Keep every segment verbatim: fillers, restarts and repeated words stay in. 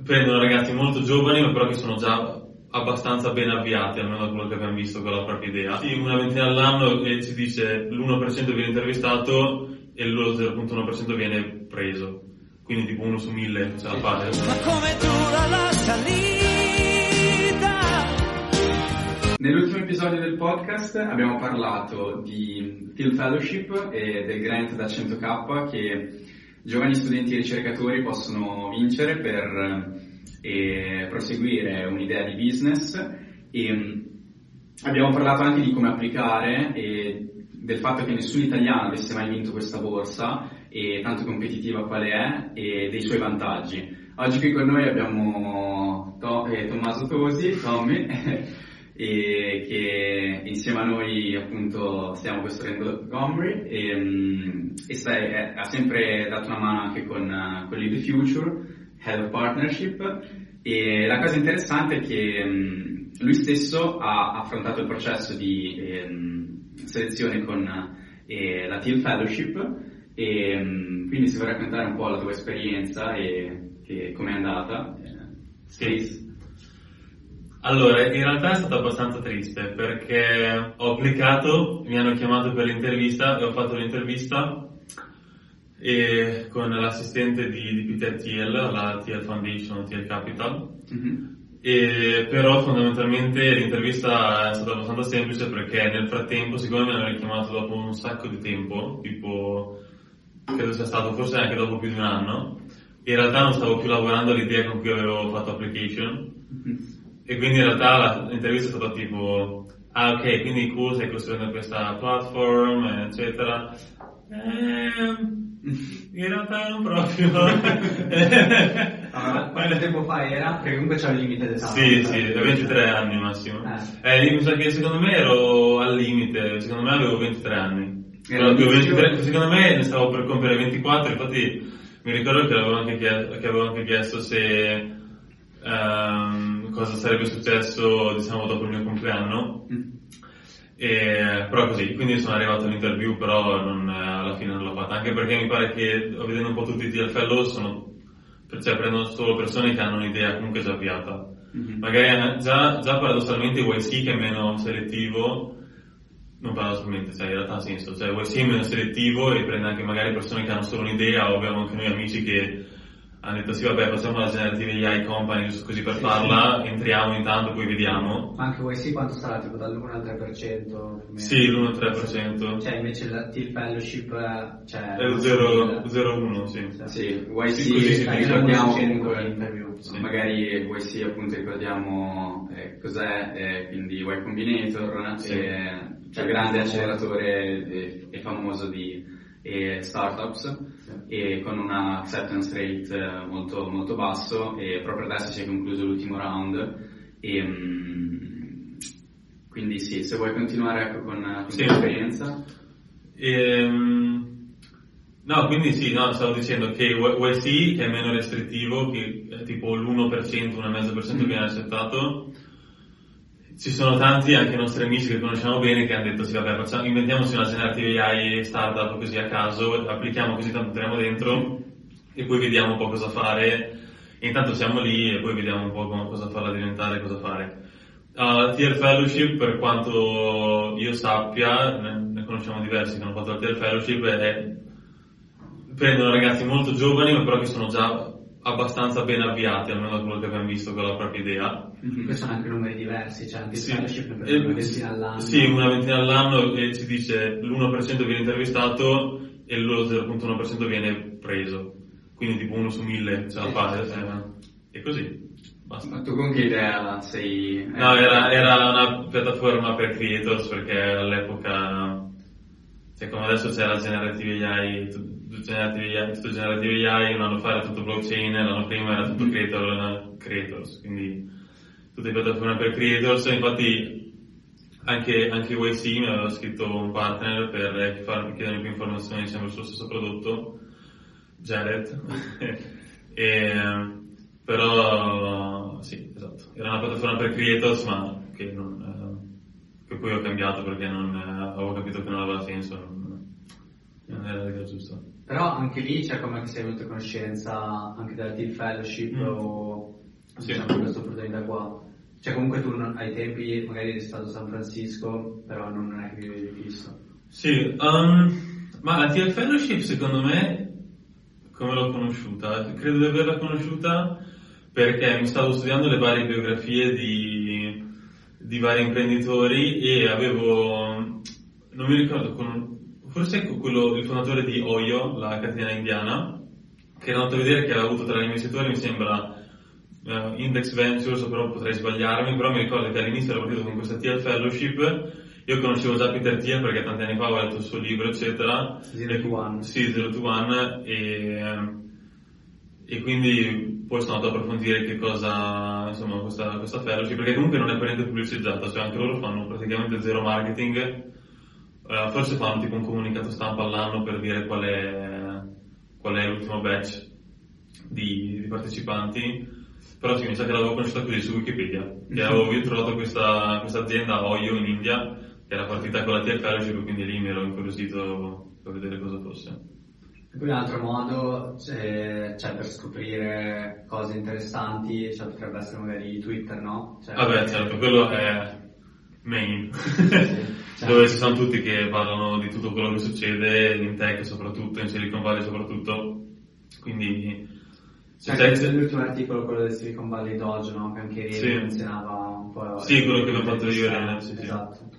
prendono ragazzi molto giovani, ma però che sono già abbastanza ben avviati, almeno da quello che abbiamo visto con la propria idea. Sì, una ventina all'anno e si dice l'uno per cento viene intervistato e lo zero virgola uno per cento viene preso. Quindi tipo uno su mille ce la fa. Ma come dura la salita? Nell'ultimo episodio del podcast abbiamo parlato di Thiel Fellowship e del grant da cento K che giovani studenti e ricercatori possono vincere per e proseguire un'idea di business, e abbiamo parlato anche di come applicare e del fatto che nessun italiano avesse mai vinto questa borsa e tanto competitiva quale è e dei suoi vantaggi. Oggi qui con noi abbiamo to- eh, Tommaso Tosi, Tommy, e che insieme a noi appunto stiamo costruendo Gomri e, e stai, eh, ha sempre dato una mano anche con, uh, con Lead the Future, Head of Partnership, e la cosa interessante è che um, lui stesso ha affrontato il processo di um, selezione con eh, la Thiel Fellowship e um, quindi se vuoi raccontare un po' la tua esperienza e come è andata. Eh, sì. Allora, in realtà è stato abbastanza triste perché ho applicato, mi hanno chiamato per l'intervista e ho fatto l'intervista e con l'assistente di, di Peter Thiel, la Thiel Foundation, Thiel Capital, mm-hmm. E però fondamentalmente l'intervista è stata abbastanza semplice perché nel frattempo, siccome mi hanno richiamato dopo un sacco di tempo, tipo credo sia stato forse anche dopo più di un anno, in realtà non stavo più lavorando all'idea con cui avevo fatto application, mm-hmm. E quindi in realtà l'intervista è stata tipo ah ok, quindi tu stai costruendo questa platform eccetera. Ehm In realtà non proprio. Allora, quanto tempo fa era? Perché comunque c'è un limite d'età. Sì, sì, ventitré anni massimo. Eh. Eh, mi sa che secondo me ero al limite, secondo me avevo ventitré anni. ventitré, secondo me ne stavo per compiere ventiquattro, infatti mi ricordo che avevo anche chiesto, che avevo anche chiesto se um, cosa sarebbe successo, diciamo, dopo il mio compleanno. Mm. E, però così, quindi sono arrivato all'interview, però non, alla fine non l'ho fatta, anche perché mi pare che vedendo un po' tutti i Thiel Fellow sono, cioè prendono solo persone che hanno un'idea comunque già avviata. Mm-hmm. Magari già, già paradossalmente Y C che è meno selettivo, non paradossalmente, cioè in realtà ha senso, cioè Y C è meno selettivo e prende anche magari persone che hanno solo un'idea, o abbiamo anche noi amici che hanno detto sì vabbè facciamo la generative A I company giusto così per sì, farla, sì. Entriamo intanto poi vediamo. Ma anche Y C quanto sarà? Tipo dall'uno al tre per cento? Sì, l'uno al tre per cento. Cioè invece la Thiel Fellowship cioè, è lo zero virgola uno, sì. Sì, Y C sì, sì, ricordiamo comunque, sì. Magari Y C appunto ricordiamo eh, cos'è, eh, quindi Y Combinator, sì. eh, cioè grande acceleratore e, e famoso di e startups, sì. E con una acceptance rate molto, molto basso, e proprio adesso si è concluso l'ultimo round e um, quindi sì, se vuoi continuare ecco, con, con sì. l'esperienza. Ehm, no, quindi sì, no, stavo dicendo che Y C è meno restrittivo, che è tipo l'uno per cento, uno virgola cinque per cento mm. viene accettato. Ci sono tanti, anche i nostri amici che conosciamo bene, che hanno detto sì vabbè facciamo, inventiamoci una generative A I startup così a caso, applichiamo così tanto entriamo dentro e poi vediamo un po' cosa fare, e intanto siamo lì e poi vediamo un po' cosa farla diventare, cosa fare. Uh, Thiel Fellowship, per quanto io sappia, ne, ne conosciamo diversi che hanno fatto la Thiel Fellowship, è, prendono ragazzi molto giovani ma però che sono già abbastanza ben avviati, almeno da quello che abbiamo visto con la propria idea. Mm-hmm. Questi sono anche numeri diversi, cioè anche il sì. fellowship per eh, una ventina all'anno. Sì, una ventina all'anno e si dice l'uno per cento viene intervistato e lo zero virgola uno per cento viene preso. Quindi tipo uno su mille ce la fa. E così, basta. Ma tu con che idea sei? No, era, era una piattaforma per creators perché all'epoca, cioè come adesso c'è la generative A I, tutto generative A I, tutto generative A I, un anno fa era tutto blockchain, l'anno prima era tutto creator, creators, quindi tutte piattaforme per creators. Infatti anche, anche Y C mi aveva scritto un partner per farmi chiedere più informazioni sempre sullo stesso prodotto, Jared. e, però sì, esatto, era una piattaforma per creators ma che, non, eh, che poi ho cambiato perché non, eh, avevo capito che non aveva senso, non, non era la cosa giusta. Però anche lì c'è come che sei venuto a conoscenza anche della Teal Fellowship mm. o sì. diciamo questa opportunità qua. Cioè comunque tu non, ai tempi magari eri stato a San Francisco, però non, non è che vivevi fisso. Sì, um, ma la Teal Fellowship secondo me, come l'ho conosciuta? Credo di averla conosciuta perché mi stavo studiando le varie biografie di, di vari imprenditori e avevo, non mi ricordo, con, forse quello, il fondatore di Oyo, la catena indiana, che era andato a vedere che aveva avuto tra gli investitori, mi sembra, uh, Index Ventures, però potrei sbagliarmi, però mi ricordo che all'inizio era partito con questa Teal Fellowship. Io conoscevo già Peter Thiel perché tanti anni fa avevo letto il suo libro, eccetera. Zero to One. Sì, Zero to One, e, e quindi poi sono andato ad approfondire che cosa, insomma, questa, questa fellowship, perché comunque non è per niente pubblicizzata, cioè anche loro fanno praticamente zero marketing, uh, forse fanno tipo un comunicato stampa all'anno per dire qual è, qual è l'ultimo batch di, di partecipanti. Però sì, mi sa che l'avevo conosciuta così su Wikipedia, che avevo trovato questa, questa azienda Oyo in India, che era partita con la Teal Fellowship, quindi lì mi ero incuriosito per vedere cosa fosse. E poi un altro modo, c'è, cioè per scoprire cose interessanti, cioè potrebbe essere magari Twitter, no? Cioè, Vabbè, perché... certo, quello è main, sì, certo. Dove ci sono tutti che parlano di tutto quello che succede, in tech soprattutto, in Silicon Valley soprattutto, quindi... Cioè, c'è c'è l'ultimo articolo, quello del Silicon Valley Dojo, no? Che anche ieri sì. menzionava un po'. Sì, quello che abbiamo fatto io e Elena, sì, esatto. Sì.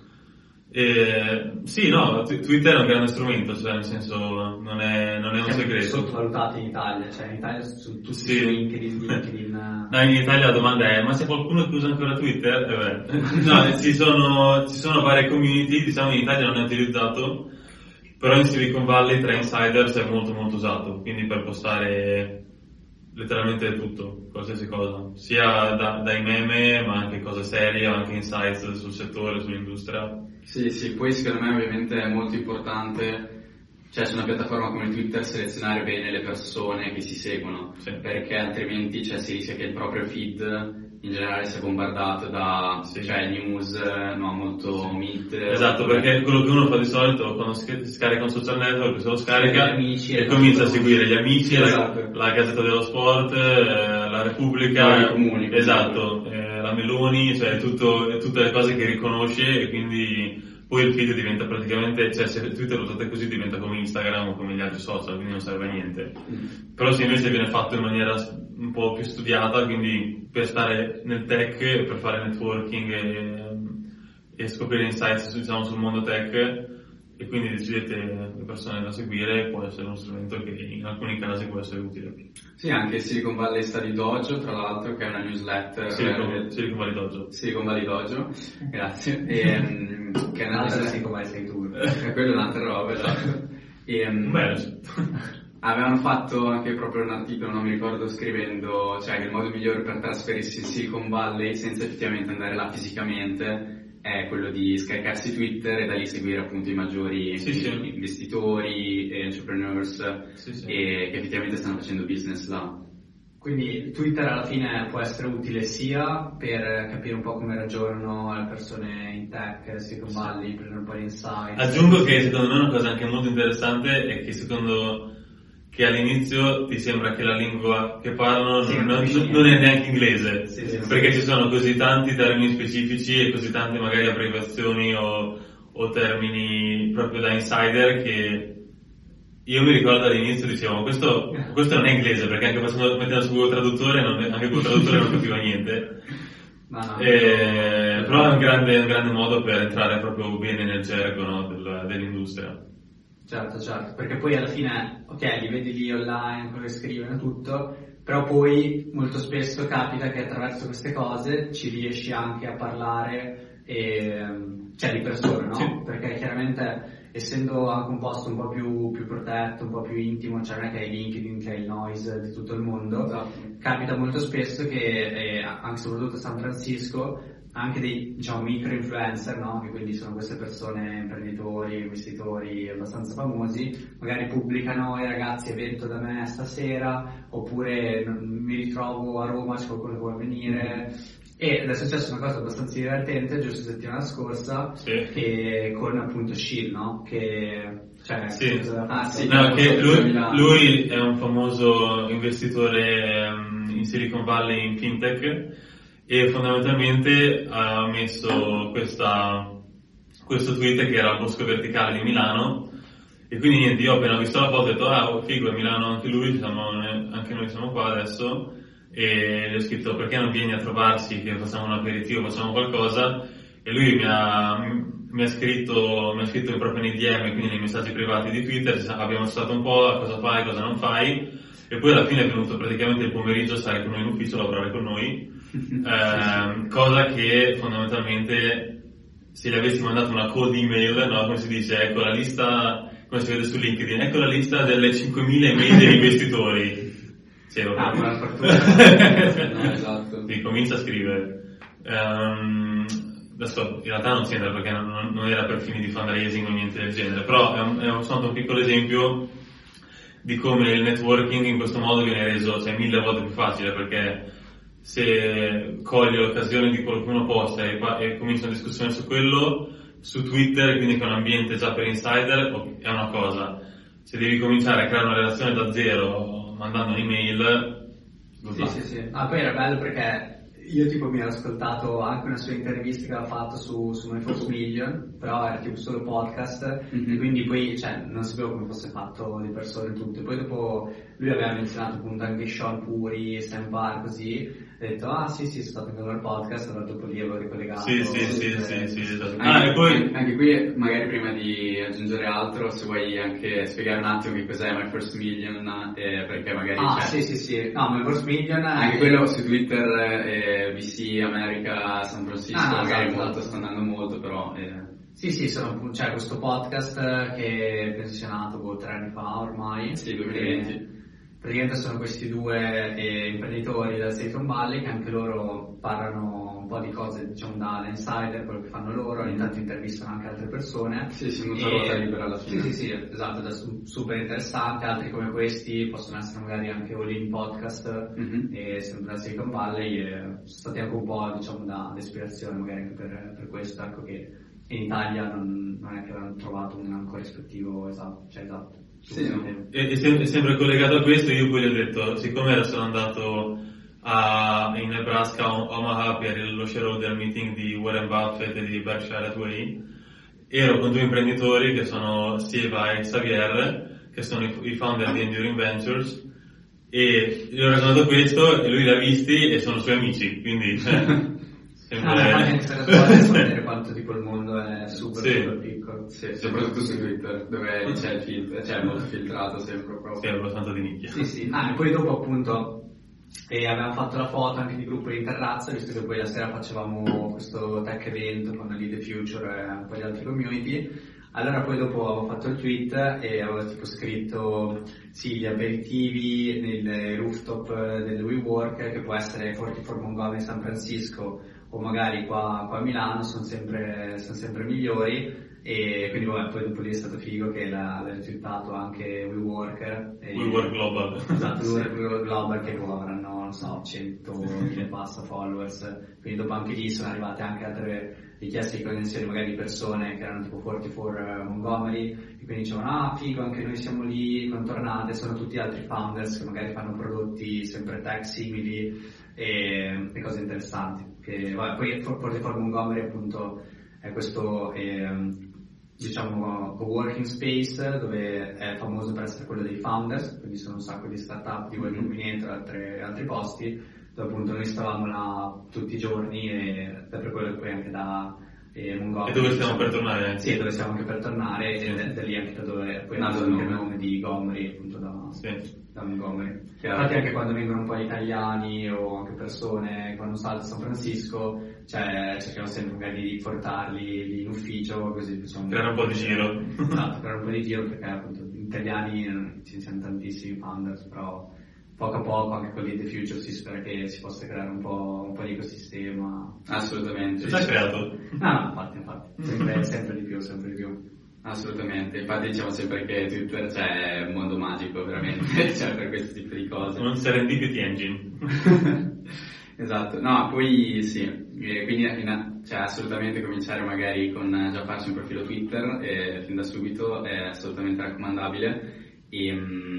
E, sì, no, Twitter è un grande strumento, cioè nel senso non è, non è un segreto. Sottovalutato in Italia, cioè in Italia su tutti sì. su LinkedIn, LinkedIn. No, in Italia la domanda è, ma c'è qualcuno che usa ancora Twitter? Eh beh. No, ci sono, ci sono varie community, diciamo in Italia non è utilizzato, però in Silicon Valley tra insiders è molto molto usato, quindi per postare letteralmente tutto, qualsiasi cosa, sia da, dai meme ma anche cose serie, anche insights sul settore, sull'industria. Sì, sì, poi secondo me ovviamente è molto importante, cioè su una piattaforma come Twitter, selezionare bene le persone che si seguono, sì. Perché altrimenti cioè, si rischia che il proprio feed in generale sia bombardato da sì. cioè, news no, molto sì. mid. Esatto, perché quello che uno fa di solito quando scarica un social network, se lo scarica amici, e comincia a seguire gli amici, esatto. la, la Gazzetta dello Sport, eh, la Repubblica, comuni, esatto, eh, la Meloni, cioè tutto, tutte le cose che riconosce e quindi poi il feed diventa praticamente, cioè se Twitter lo usate così diventa come Instagram o come gli altri social, quindi non serve a niente. Mm. Però se invece viene fatto in maniera un po' più studiata, quindi per stare nel tech, per fare networking e, e scoprire insights diciamo, sul mondo tech, e quindi decidete le persone da seguire, può essere uno strumento che in alcuni casi può essere utile. Sì, anche Silicon Valley Study Dojo, tra l'altro, che è una newsletter. Silicon, eh, Silicon Valley Dojo. Silicon Valley Dojo, grazie. E, um, che è una newsletter Silicon Valley sei tu. È quella è un'altra roba, esatto. E, um, Bene. Avevano fatto anche proprio un articolo, non mi ricordo, scrivendo, cioè che il modo migliore per trasferirsi in Silicon Valley senza effettivamente andare là fisicamente è quello di scaricarsi Twitter e da lì seguire appunto i maggiori sì, sì. investitori e entrepreneurs sì, sì. E che effettivamente stanno facendo business là. Quindi Twitter alla fine può essere utile sia per capire un po' come ragionano le persone in tech, Silicon Valley, prendere un po' di insights. Aggiungo che secondo me una cosa anche molto interessante è che secondo che all'inizio ti sembra che la lingua che parlano sì, non, non, non è neanche inglese, sì, sì, perché sì. ci sono così tanti termini specifici e così tante magari abbreviazioni o, o termini proprio da insider che io mi ricordo all'inizio dicevo questo, questo non è inglese, perché anche facendo, mettendo su Google Traduttore, non è, anche Google Traduttore non capiva niente. No, no, e, no. Però è un grande, un grande modo per entrare proprio bene nel gergo, no, del, dell'industria. Certo, certo, perché poi alla fine, ok, li vedi lì online, quello che scrivono, tutto, però poi molto spesso capita che attraverso queste cose ci riesci anche a parlare, e, cioè di persone, no? Sì. Perché chiaramente essendo anche un posto un po' più, più protetto, un po' più intimo, cioè non è che hai LinkedIn, che hai il noise di tutto il mondo, esatto. Capita molto spesso che, eh, anche soprattutto a San Francisco, anche dei diciamo micro influencer, no? Che quindi sono queste persone, imprenditori, investitori abbastanza famosi, magari pubblicano i ragazzi evento da me stasera, oppure mi ritrovo a Roma, c'è qualcuno che vuole venire, ed è successa una cosa abbastanza divertente giusto la settimana scorsa, sì. che con appunto Shield, no? Che cioè sì. Ah, sì, no, che lui, lui è un famoso investitore um, in Silicon Valley in fintech e fondamentalmente ha messo questa, questo tweet che era al Bosco Verticale di Milano. E quindi niente, io ho appena visto la foto e ho detto, ah, figo, a Milano anche lui, ci siamo, anche noi siamo qua adesso, e gli ho scritto, perché non vieni a trovarsi, che facciamo un aperitivo, facciamo qualcosa, e lui mi ha, mi ha scritto, mi ha scritto proprio nei D M, quindi nei messaggi privati di Twitter, abbiamo stato un po', cosa fai, cosa non fai, e poi alla fine è venuto praticamente il pomeriggio a stare con noi in ufficio, a lavorare con noi, eh, cosa che fondamentalmente, se gli avessi mandato una code email, no, come si dice, ecco la lista, come si vede su LinkedIn, ecco la lista delle cinquemila email degli investitori. Sì, ah, buona fortuna. No, esatto. Sì, comincia a scrivere. Um, adesso in realtà non c'entra perché non, non era per fini di fundraising o niente del genere, però è, un, è un, soltanto un piccolo esempio di come il networking in questo modo viene reso, cioè, mille volte più facile, perché se cogli l'occasione di qualcuno posta e, e comincia una discussione su quello, su Twitter, quindi con un ambiente già per insider, è una cosa. Se devi cominciare a creare una relazione da zero mandando un'email, sì, sì, sì. Ah, poi era bello perché io tipo mi ero ascoltato anche una sua intervista che aveva fatto su, su My First Million, però era tipo solo podcast, mm-hmm. e quindi poi cioè, non sapevo come fosse fatto di persone tutte. Poi dopo lui aveva menzionato appunto anche Sean Puri, Sam Barr, così. Ho detto, ah sì sì, sono stato in loro podcast, allora dopo lì avevo ricollegato. Sì, sì, sì, sì, sì, esatto. Ah, e poi anche qui, magari prima di aggiungere altro, se vuoi anche spiegare un attimo che cos'è My First Million, eh, perché magari... Ah, c'è... sì, sì, sì, no, My First Million... Anche è... quello su Twitter, eh, V C, America, San Francisco, ah, no, magari esatto, molto, sta andando molto, però... Eh... Sì, sì, sono, c'è questo podcast che è pensionato boh, tre anni fa ormai. Sì, duemilaventi. Praticamente sono questi due eh, imprenditori del Silicon Valley che anche loro parlano un po' di cose, diciamo, da insider, quello che fanno loro, ogni tanto intervistano anche altre persone. Sì, sì, non solo e... libera alla fine. Sì, sì, sì, esatto, è super interessante. Altri come questi possono essere magari anche all-in podcast, mm-hmm. e sempre da Silicon Valley, e sono stati anche un po', diciamo, da ispirazione magari anche per, per questo, ecco, che in Italia non, non è che avevano trovato un corrispettivo esatto, cioè esatto. Sì, no. e, e sempre, sempre collegato a questo, io poi gli ho detto, siccome ero sono andato a, in Nebraska a Omaha per lo shareholder meeting di Warren Buffett e di Berkshire Hathaway, ero con due imprenditori che sono Siva e Xavier, che sono i, i founder di Enduring Ventures, e gli ho raccontato questo e lui l'ha visti e sono suoi amici, quindi cioè, sempre... Ah, adesso vedere quanto tipo il mondo è super, sì. super piccolo. Sì, soprattutto su Twitter, dove lì c'è il filtro, c'è molto filtrato sempre proprio. Sì, è abbastanza di nicchia. Sì, sì. Ah, e poi dopo appunto e abbiamo fatto la foto anche di gruppo di terrazza, visto che poi la sera facevamo questo tech event con Lead the Future e un po' di altri community. Allora poi dopo avevo fatto il tweet e avevo tipo scritto sì, gli aperitivi nel rooftop del WeWork, che può essere quarantaquattro Montgomery San Francisco o magari qua, qua a Milano, sono sempre, sono sempre migliori. E quindi vabbè, poi dopo lì è stato figo che l'ha, l'ha risultato anche WeWork e WeWork Global. Esatto, WeWork Global, che poi avranno, non so, centomila e passa followers, quindi dopo anche lì sono arrivate anche altre richieste di connessione magari di persone che erano tipo quarantaquattro Montgomery, e quindi dicevano ah figo, anche noi siamo lì, contornate, sono tutti altri founders che magari fanno prodotti sempre tech simili e, e cose interessanti. Che, vabbè, poi quarantaquattro Montgomery appunto è questo eh, diciamo co-working space dove è famoso per essere quello dei founders, quindi sono un sacco di startup di Y Combinator e altri, altri posti dove appunto noi stavamo là tutti i giorni, e da per quello che poi anche da eh, Montgomery. E dove stiamo per tornare? Sì, dove stiamo anche per tornare, sì. E da lì anche da dove poi è nato il nome di Gomery, appunto da, sì. da Montgomery. Infatti anche quando vengono un po' italiani o anche persone quando salta a San Francisco, cioè cerchiamo sempre magari di portarli lì in ufficio, così facciamo creare un po' di giro. Esatto, creare un po' di giro, perché appunto gli italiani ci siamo tantissimi founders, però poco a poco anche con Lead the Future si spera che si possa creare un po', un po' di ecosistema. Assolutamente. Ci hai creato? No, no, infatti, infatti, sempre, sempre di più, sempre di più. Assolutamente, infatti diciamo sempre che Twitter c'è un mondo magico veramente, cioè per questo tipo di cose. Un serendipity engine. Esatto, no, poi sì, e quindi in, cioè, assolutamente cominciare magari con già farsi un profilo Twitter eh, fin da subito è assolutamente raccomandabile. E,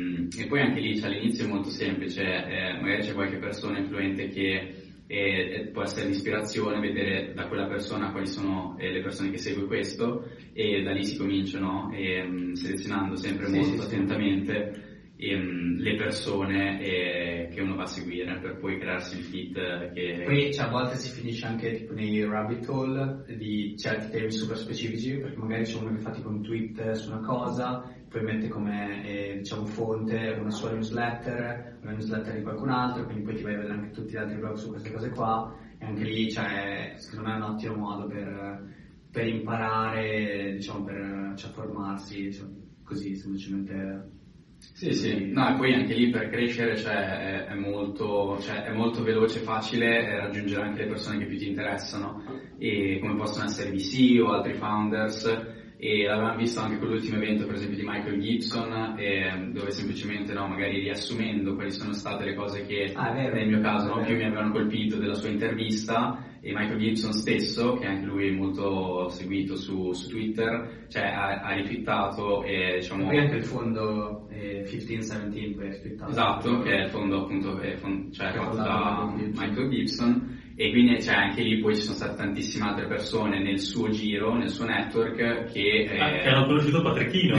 e poi anche lì, cioè, all'inizio è molto semplice, eh, magari c'è qualche persona influente che eh, può essere l'ispirazione, vedere da quella persona quali sono eh, le persone che segue questo, e da lì si cominciano eh, selezionando sempre sì, molto sì, attentamente sì. Ehm, le persone eh, che uno va a seguire per poi crearsi il feed che... Poi cioè, a volte si finisce anche tipo nei rabbit hole di certi temi super specifici, perché magari c'è uno che fa tipo un tweet su una cosa, poi mette come eh, diciamo fonte una sua newsletter, una newsletter di qualcun altro, quindi poi ti vai a vedere anche tutti gli altri blog su queste cose qua, e anche lì cioè, secondo me è un ottimo modo per, per imparare, diciamo, per cioè, formarsi, diciamo, così semplicemente. Sì, sì, no, e poi anche lì per crescere cioè, è, è, molto, cioè, è molto veloce e facile raggiungere anche le persone che più ti interessano, e come possono essere V C o altri founders, e l'avevamo visto anche con l'ultimo evento per esempio di Michael Gibson, eh, dove semplicemente no, magari riassumendo quali sono state le cose che ah, vero, nel mio caso no, più mi avevano colpito della sua intervista, e Michael Gibson stesso, che anche lui è molto seguito su, su Twitter, cioè ha, ha ritwittato e diciamo... Poi anche il fondo eh, quindici diciannove poi è ritwittato. Esatto, che è il fondo appunto è fond- cioè, fatto da Michael Gibson, e quindi cioè, anche lì poi ci sono state tantissime altre persone nel suo giro, nel suo network che... Eh... Ah, che hanno conosciuto Patricchino.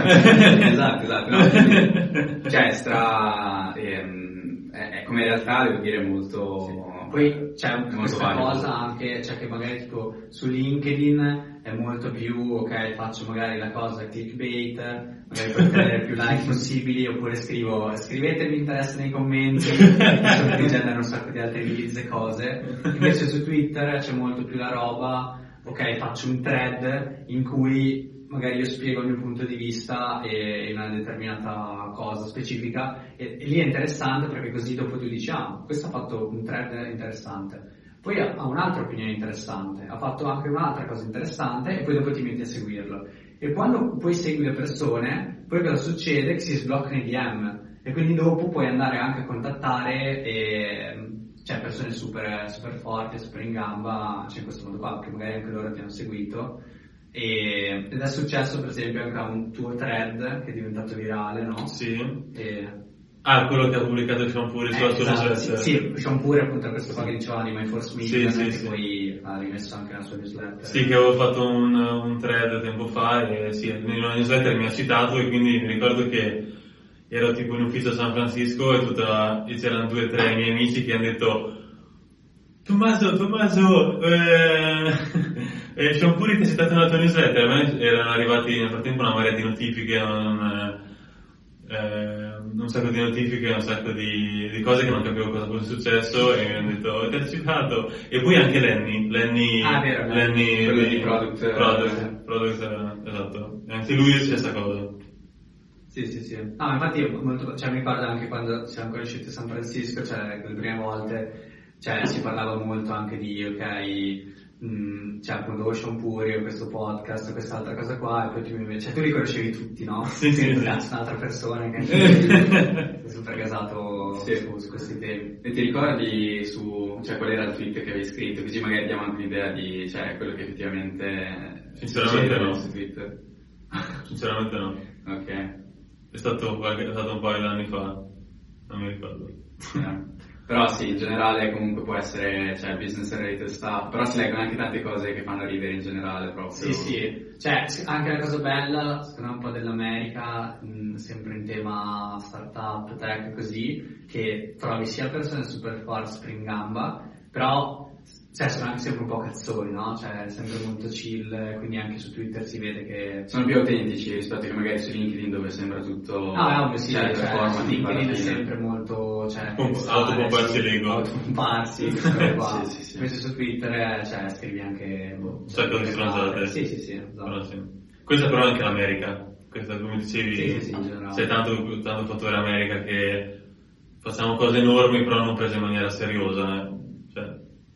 esatto, esatto. No? Cioè stra... Ehm, è, è come realtà devo dire molto... Sì. Poi c'è questa valido. Cosa anche, cioè che magari tipo su LinkedIn è molto più, ok, faccio magari la cosa clickbait, magari per ottenere più like possibili, oppure scrivo, scrivetemi interesse nei commenti, che generano un sacco di altre release e cose. Invece su Twitter c'è molto più la roba, ok, faccio un thread in cui magari io spiego il mio punto di vista in una determinata cosa specifica, e, e lì è interessante perché così dopo tu dici ah, questo ha fatto un thread interessante, poi ha, ha un'altra opinione interessante, ha fatto anche un'altra cosa interessante, e poi dopo ti metti a seguirlo, e quando poi segui le persone poi cosa succede? Che si sbloccano i D M, e quindi dopo puoi andare anche a contattare e, cioè, persone super, super forti, super in gamba, cioè in questo modo qua, che magari anche loro ti hanno seguito. E, ed è successo per esempio anche a un tuo thread che è diventato virale, no? Sì. E... Ah, quello che ha pubblicato Shampuri sulla eh, sua esatto, newsletter. Sì, sì, Shampuri appunto questo qua che diceva di My Force Media, sì, sì, che sì. poi ha rimesso anche la sua newsletter. Sì, che avevo fatto un, un thread tempo fa, e sì, in una newsletter mi ha citato, e quindi mi ricordo che ero tipo in ufficio a San Francisco e, tutta, e c'erano due o tre miei amici che hanno detto Tommaso, Tommaso, eh, eh, Shampuri ti ha citato nella tua newsletter. A me erano arrivati nel frattempo una marea di notifiche, un, eh, un sacco di notifiche, un sacco di, di cose che non capivo cosa fosse successo, e mi hanno detto ti ha citato. E poi anche Lenny, Lenny, ah, vero, Lenny, quello di Product, product, eh, product eh, esatto, e anche lui c'è questa cosa. Sì, sì, sì. No, infatti molto, cioè, mi ricordo anche quando siamo conosciuti a San Francisco, cioè le prime volte, cioè si parlava molto anche di, ok, mh, cioè appunto Ocean Puri, questo podcast, quest'altra cosa qua, e poi tu, cioè, tu li conoscevi tutti, no? Sì, sì, sì. Cazzo, un'altra persona che è super gasato sì. su, su questi temi. E ti ricordi su, cioè qual era il tweet che avevi scritto? Così magari diamo anche un'idea di, cioè, quello che effettivamente... Sinceramente no. Su Twitter. Sinceramente no. Ok. È stato, qualche, è stato un paio di anni fa, non mi ricordo. Yeah. Però sì, in generale comunque può essere, cioè, business related stuff, però si leggono anche tante cose che fanno ridere in generale proprio. Sì, sì, cioè anche la cosa bella, secondo me un po' dell'America, mh, sempre in tema startup, tech così, che trovi sia persone super forti, super in gamba, però cioè sono anche sempre un po' cazzoni, no? Cioè sempre molto chill, quindi anche su Twitter si vede che... Sono più autentici rispetto che magari su LinkedIn dove sembra tutto... No, è ovvio, sì, cioè, cioè, su LinkedIn è sempre molto... Cioè, autopomparsi l'ego. Autopomparsi, queste qua. Sì, sì, sì. Invece su Twitter, cioè, scrivi anche... Boh, un sacco di stronzate. Sì, sì, sì, esatto. Però sì. Questa però è anche l'America. Questa, come dicevi, sì, sì, sì, in generale. c'è tanto, tanto fattore America che facciamo cose enormi però non prese in maniera seriosa, eh. Cioè,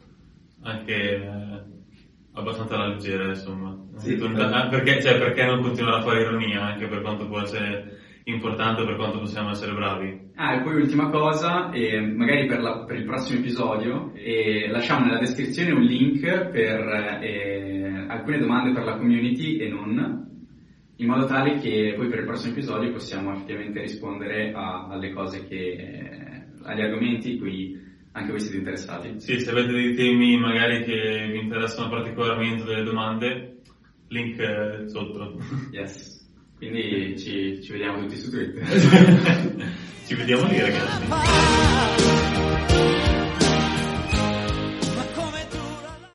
anche eh, abbastanza alla leggera, insomma. Sì, tu, ah, perché, cioè, perché non continuare a fare ironia, anche per quanto può essere importante per quanto possiamo essere bravi. Ah, e poi ultima cosa, eh, magari per, la, per il prossimo episodio, eh, lasciamo nella descrizione un link per eh, alcune domande per la community e non, in modo tale che poi per il prossimo episodio possiamo effettivamente rispondere a, alle cose che, eh, agli argomenti cui anche voi siete interessati. Sì, se avete dei temi magari che vi interessano particolarmente, delle domande, link eh, sotto. Yes. Quindi ci, ci vediamo tutti su Twitter. Ci vediamo lì, ragazzi.